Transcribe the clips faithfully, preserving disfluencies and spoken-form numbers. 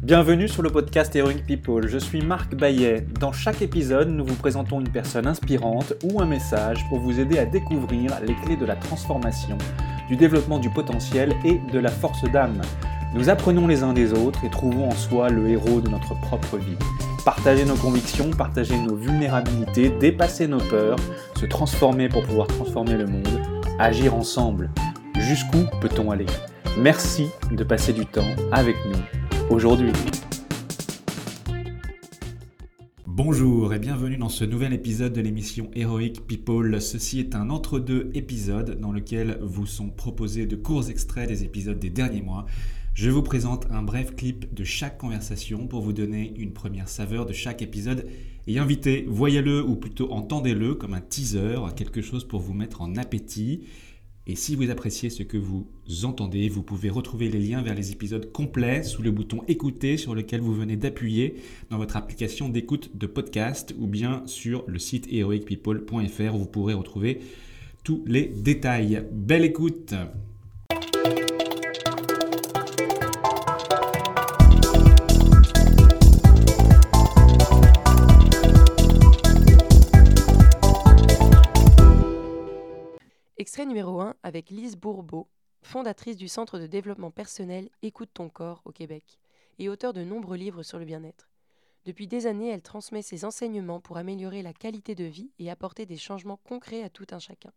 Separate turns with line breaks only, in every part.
Bienvenue sur le podcast Heroic People, je suis Marc Baillet. Dans chaque épisode, nous vous présentons une personne inspirante ou un message pour vous aider à découvrir les clés de la transformation, du développement du potentiel et de la force d'âme. Nous apprenons les uns des autres et trouvons en soi le héros de notre propre vie. Partager nos convictions, partager nos vulnérabilités, dépasser nos peurs, se transformer pour pouvoir transformer le monde, agir ensemble. Jusqu'où peut-on aller ? Merci de passer du temps avec nous aujourd'hui. Bonjour et bienvenue dans ce nouvel épisode de l'émission Heroic People. Ceci est un entre-deux épisode dans lequel vous sont proposés de courts extraits des épisodes des derniers mois. Je vous présente un bref clip de chaque conversation pour vous donner une première saveur de chaque épisode et inviter, voyez-le ou plutôt entendez-le comme un teaser, quelque chose pour vous mettre en appétit. Et si vous appréciez ce que vous entendez, vous pouvez retrouver les liens vers les épisodes complets sous le bouton écouter sur lequel vous venez d'appuyer dans votre application d'écoute de podcast ou bien sur le site heroic people point f r où vous pourrez retrouver tous les détails. Belle écoute!
Extrait numéro un avec Lise Bourbeau, fondatrice du Centre de développement personnel Écoute ton corps au Québec et auteure de nombreux livres sur le bien-être. Depuis des années, elle transmet ses enseignements pour améliorer la qualité de vie et apporter des changements concrets à tout un chacun.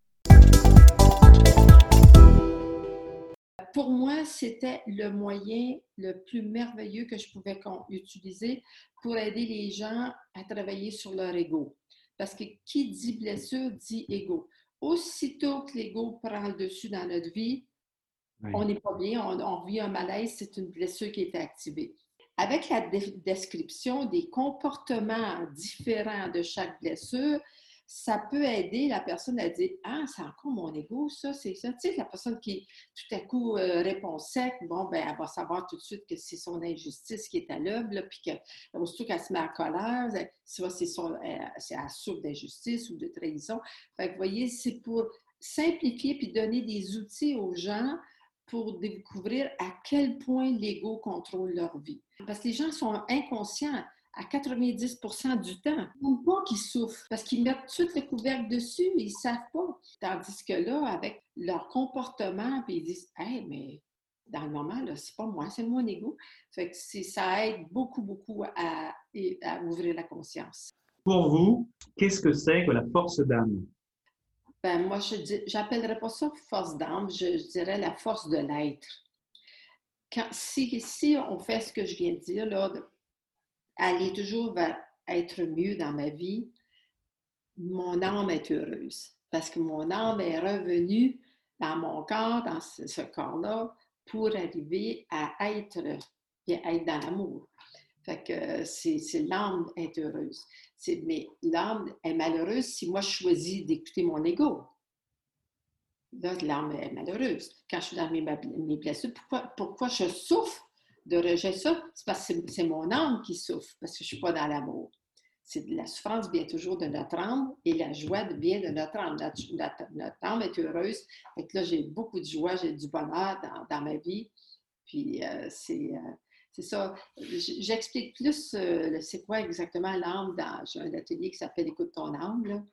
Pour moi, c'était le moyen le plus merveilleux que je pouvais utiliser pour aider les gens à travailler sur leur ego. Parce que qui dit blessure dit ego. Aussitôt que l'ego prend le dessus dans notre vie, oui. on n'est pas bien, on, on vit un malaise, c'est une blessure qui a été activée. Avec la dé- description des comportements différents de chaque blessure, ça peut aider la personne à dire « Ah, c'est encore mon ego, ça, c'est ça. » Tu sais, la personne qui, tout à coup, euh, répond sec, bon, ben, elle va savoir tout de suite que c'est son injustice qui est à l'œuvre, là, puis que, aussitôt qu'elle se met en colère, soit c'est son, elle, c'est elle souffre d'injustice ou de trahison. Fait que, vous voyez, c'est pour simplifier puis donner des outils aux gens pour découvrir à quel point l'ego contrôle leur vie. Parce que les gens sont inconscients à quatre-vingt-dix pour cent du temps. Ils ne savent pas qu'ils souffrent parce qu'ils mettent tout le couvercle dessus et ils ne savent pas. Tandis que là, avec leur comportement, puis ils disent « Hey, mais dans le moment, là, c'est pas moi, c'est mon ego. » Fait que c'est, ça aide beaucoup, beaucoup à, à ouvrir la conscience.
Pour vous, qu'est-ce que c'est que la force d'âme?
Ben, moi, je n'appellerais pas ça force d'âme, je, je dirais la force de l'être. Quand, si, si on fait ce que je viens de dire, là, aller toujours vers être mieux dans ma vie, mon âme est heureuse. Parce que mon âme est revenue dans mon corps, dans ce, ce corps-là, pour arriver à être, à être dans l'amour. Fait que c'est, c'est l'âme est heureuse. C'est, mais l'âme est malheureuse si moi je choisis d'écouter mon ego. Là, l'âme est malheureuse. Quand je suis dans mes, mes blessures, pourquoi, pourquoi je souffre de rejet ça? C'est parce que c'est, c'est mon âme qui souffre, parce que je ne suis pas dans l'amour. C'est, la souffrance vient toujours de notre âme et la joie vient de notre âme. Notre, notre, notre âme est heureuse. Fait que là, j'ai beaucoup de joie, j'ai du bonheur dans, dans ma vie. Puis euh, c'est... Euh, C'est ça. J'explique plus euh, c'est quoi exactement l'âme dans j'ai un atelier qui s'appelle Écoute ton âme. Là.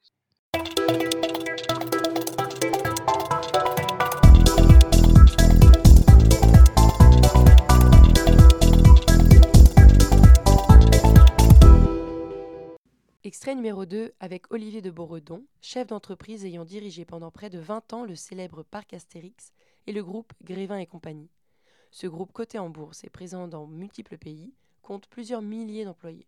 Extrait numéro deux avec Olivier de Beauredon, chef d'entreprise ayant dirigé pendant près de vingt ans le célèbre parc Astérix et le groupe Grévin et compagnie. Ce groupe coté en bourse et présent dans multiples pays compte plusieurs milliers d'employés.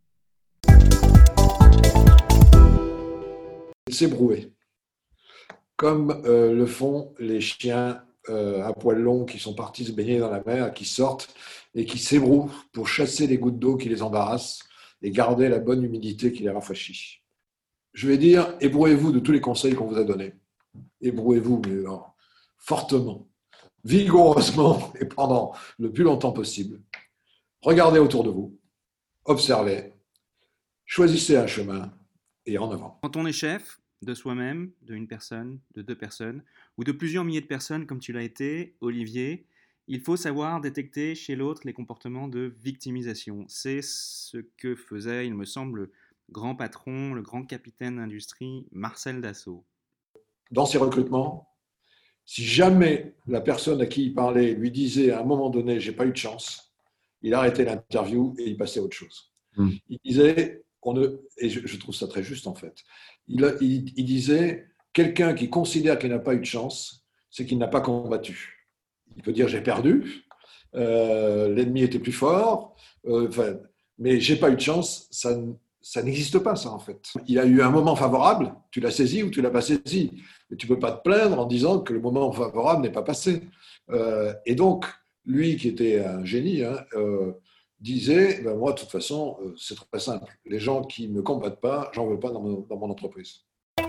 S'ébrouer, comme euh, le font les chiens euh, à poils longs qui sont partis se baigner dans la mer, qui sortent et qui s'ébrouent pour chasser les gouttes d'eau qui les embarrassent et garder la bonne humidité qui les rafraîchit. Je vais dire, ébrouez-vous de tous les conseils qu'on vous a donnés. Ébrouez-vous, mais alors, fortement, vigoureusement et pendant le plus longtemps possible. Regardez autour de vous, observez, choisissez un chemin et en avant.
Quand on est chef de soi-même, de une personne, de deux personnes, ou de plusieurs milliers de personnes comme tu l'as été, Olivier,
Il faut savoir détecter chez l'autre les comportements de victimisation. C'est ce que faisait, il me semble, le grand patron, le grand capitaine d'industrie, Marcel Dassault.
Dans ses recrutements, si jamais la personne à qui il parlait lui disait à un moment donné « j'ai pas eu de chance », il arrêtait l'interview et il passait à autre chose. Mmh. Il disait, on ne, et je, je trouve ça très juste en fait, il, il, il disait « quelqu'un qui considère qu'il n'a pas eu de chance, c'est qu'il n'a pas combattu ». Il peut dire « j'ai perdu, euh, l'ennemi était plus fort, euh, enfin, mais j'ai pas eu de chance », ça, ça n'existe pas ça en fait. Il a eu un moment favorable, tu l'as saisi ou tu l'as pas saisi. Mais tu peux pas te plaindre en disant que le moment favorable n'est pas passé. Euh, et donc, lui qui était un génie, hein, euh, disait ben moi de toute façon, euh, c'est très simple. Les gens qui ne me combattent pas, j'en veux pas dans mon, dans mon entreprise.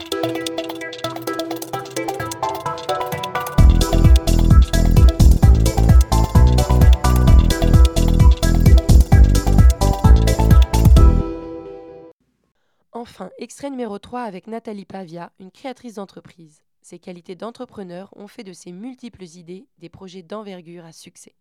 Enfin, extrait numéro trois avec Nathalie Pavia, une créatrice d'entreprise. Ses qualités d'entrepreneur ont fait de ses multiples idées des projets d'envergure à succès.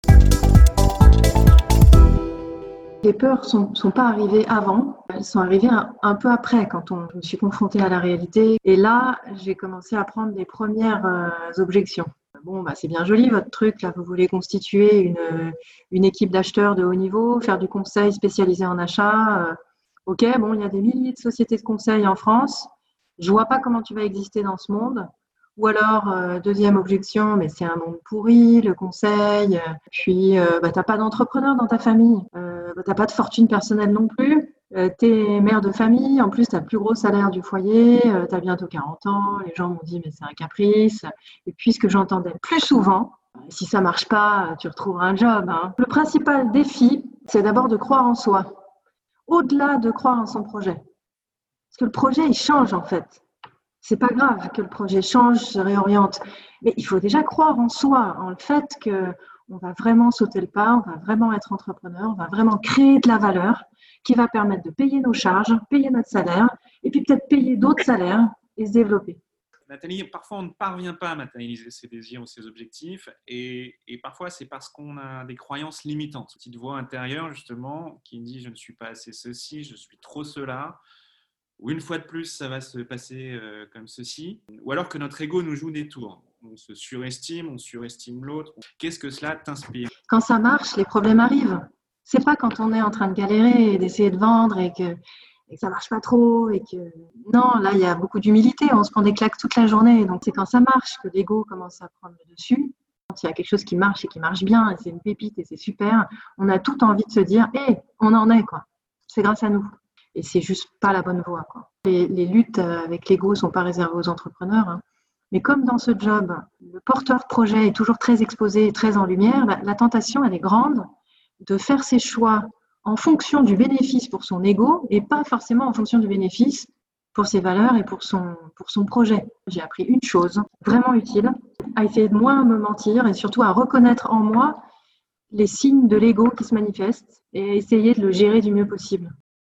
Les peurs ne sont, sont pas arrivées avant, elles sont arrivées un, un peu après, quand on, je me suis confrontée à la réalité. Et là, j'ai commencé à prendre les premières euh, objections. Bon, bah, c'est bien joli votre truc, là, vous voulez constituer une, une équipe d'acheteurs de haut niveau, faire du conseil spécialisé en achat. Euh, ok, bon, il y a des milliers de sociétés de conseil en France, je vois pas comment tu vas exister dans ce monde. Ou alors, euh, deuxième objection, mais c'est un monde pourri, le conseil. Puis, euh, bah, t'as pas d'entrepreneur dans ta famille. Euh, bah, t'as pas de fortune personnelle non plus. Euh, t'es mère de famille. En plus, t'as le plus gros salaire du foyer. Euh, t'as bientôt quarante ans. Les gens m'ont dit, mais c'est un caprice. Et puis, ce que j'entendais plus souvent, si ça marche pas, tu retrouveras un job. Hein. Le principal défi, c'est d'abord de croire en soi. Au-delà de croire en son projet. Parce que le projet, il change en fait. C'est pas grave que le projet change, se réoriente. Mais il faut déjà croire en soi, en le fait qu'on va vraiment sauter le pas, on va vraiment être entrepreneur, on va vraiment créer de la valeur qui va permettre de payer nos charges, payer notre salaire, et puis peut-être payer d'autres salaires et se développer.
Nathalie, parfois on ne parvient pas à matérialiser ses désirs ou ses objectifs et, et parfois c'est parce qu'on a des croyances limitantes. Une petite voix intérieure justement qui dit je ne suis pas assez ceci, je suis trop cela, ou une fois de plus ça va se passer euh, comme ceci, ou alors que notre ego nous joue des tours. On se surestime, on surestime l'autre. Qu'est-ce que cela t'inspire ?
Quand ça marche, les problèmes arrivent. C'est pas quand on est en train de galérer et d'essayer de vendre et que et que ça marche pas trop et que non, là il y a beaucoup d'humilité, on se prend des claques toute la journée, donc c'est quand ça marche que l'ego commence à prendre le dessus. Quand il y a quelque chose qui marche et qui marche bien et c'est une pépite et c'est super, on a tout envie de se dire hé, hey, on en est quoi, c'est grâce à nous. Et c'est juste pas la bonne voie quoi. Les, les luttes avec l'ego sont pas réservées aux entrepreneurs, hein. Mais comme dans ce job, le porteur de projet est toujours très exposé et très en lumière, la, la tentation elle est grande de faire ses choix en fonction du bénéfice pour son ego et pas forcément en fonction du bénéfice pour ses valeurs et pour son, pour son projet. J'ai appris une chose vraiment utile, à essayer de moins me mentir et surtout à reconnaître en moi les signes de l'ego qui se manifestent et à essayer de le gérer du mieux possible.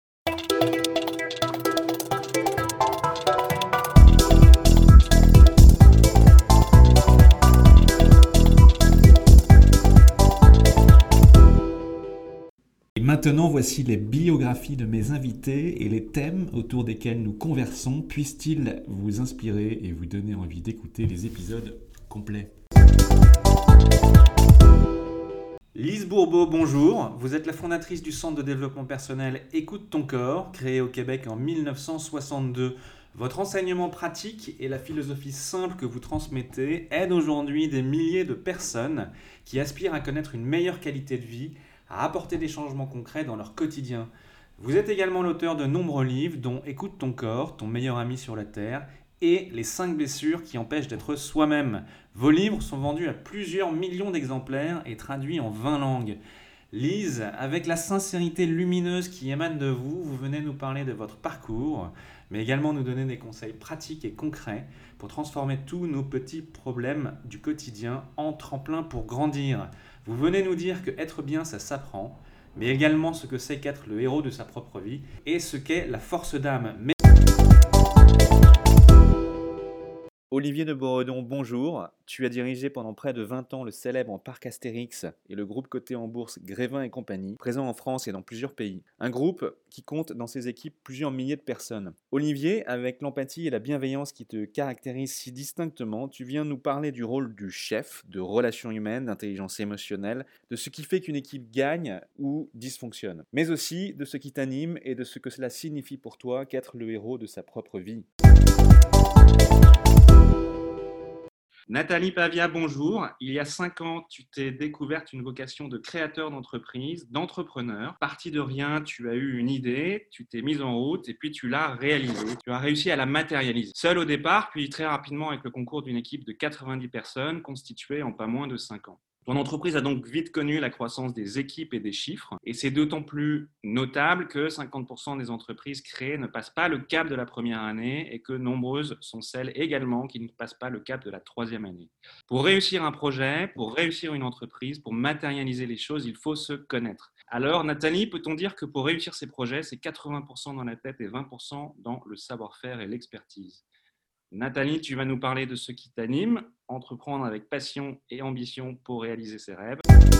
Et maintenant, voici les biographies de mes invités et les thèmes autour desquels nous conversons. Puissent-ils vous inspirer et vous donner envie d'écouter les épisodes complets ?
Lise Bourbeau, bonjour. Vous êtes la fondatrice du centre de développement personnel Écoute ton corps, créé au Québec en mille neuf cent soixante-deux. Votre enseignement pratique et la philosophie simple que vous transmettez aident aujourd'hui des milliers de personnes qui aspirent à connaître une meilleure qualité de vie, à apporter des changements concrets dans leur quotidien. Vous êtes également l'auteur de nombreux livres dont Écoute ton corps, ton meilleur ami sur la Terre et Les cinq blessures qui empêchent d'être soi-même. Vos livres sont vendus à plusieurs millions d'exemplaires et traduits en vingt langues. Lise, avec la sincérité lumineuse qui émane de vous, vous venez nous parler de votre parcours, mais également nous donner des conseils pratiques et concrets pour transformer tous nos petits problèmes du quotidien en tremplin pour grandir. Vous venez nous dire que être bien, ça s'apprend, mais également ce que c'est qu'être le héros de sa propre vie et ce qu'est la force d'âme. Mais Olivier de Boredon, bonjour. Tu as dirigé pendant près de vingt ans le célèbre Parc Astérix et le groupe coté en bourse Grévin et compagnie, présent en France et dans plusieurs pays. Un groupe qui compte dans ses équipes plusieurs milliers de personnes. Olivier, avec l'empathie et la bienveillance qui te caractérisent si distinctement, tu viens nous parler du rôle du chef, de relations humaines, d'intelligence émotionnelle, de ce qui fait qu'une équipe gagne ou dysfonctionne, mais aussi de ce qui t'anime et de ce que cela signifie pour toi qu'être le héros de sa propre vie.
Nathalie Pavia, bonjour. Il y a cinq ans, tu t'es découverte une vocation de créateur d'entreprise, d'entrepreneur. Parti de rien, tu as eu une idée, tu t'es mise en route et puis tu l'as réalisée. Tu as réussi à la matérialiser. Seul au départ, puis très rapidement avec le concours d'une équipe de quatre-vingt-dix personnes constituée en pas moins de cinq ans. Ton entreprise a donc vite connu la croissance des équipes et des chiffres, et c'est d'autant plus notable que cinquante pour cent des entreprises créées ne passent pas le cap de la première année et que nombreuses sont celles également qui ne passent pas le cap de la troisième année. Pour réussir un projet, pour réussir une entreprise, pour matérialiser les choses, il faut se connaître. Alors Nathalie, peut-on dire que pour réussir ces projets, c'est quatre-vingts pour cent dans la tête et vingt pour cent dans le savoir-faire et l'expertise? Nathalie, tu vas nous parler de ce qui t'anime, entreprendre avec passion et ambition pour réaliser ses rêves.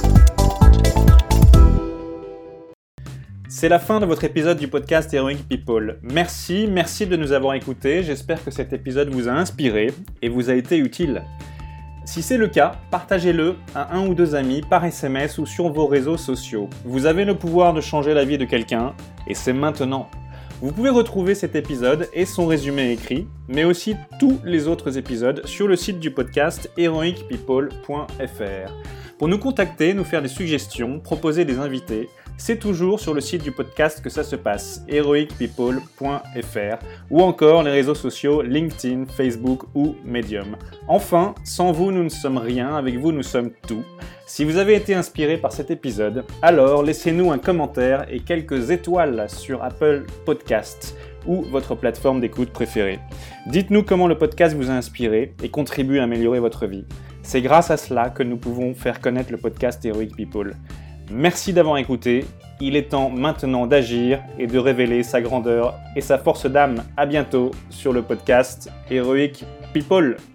C'est la fin de votre épisode du podcast Heroic People. Merci, merci de nous avoir écoutés. J'espère que cet épisode vous a inspiré et vous a été utile. Si c'est le cas, partagez-le à un ou deux amis par S M S ou sur vos réseaux sociaux. Vous avez le pouvoir de changer la vie de quelqu'un et c'est maintenant. Vous pouvez retrouver cet épisode et son résumé écrit, mais aussi tous les autres épisodes sur le site du podcast heroic people point f r. Pour nous contacter, nous faire des suggestions, proposer des invités, c'est toujours sur le site du podcast que ça se passe, heroic people point f r, ou encore les réseaux sociaux LinkedIn, Facebook ou Medium. Enfin, sans vous, nous ne sommes rien, avec vous, nous sommes tout. Si vous avez été inspiré par cet épisode, alors laissez-nous un commentaire et quelques étoiles sur Apple Podcasts ou votre plateforme d'écoute préférée. Dites-nous comment le podcast vous a inspiré et contribue à améliorer votre vie. C'est grâce à cela que nous pouvons faire connaître le podcast Heroic People. Merci d'avoir écouté. Il est temps maintenant d'agir et de révéler sa grandeur et sa force d'âme. À bientôt sur le podcast Heroic People.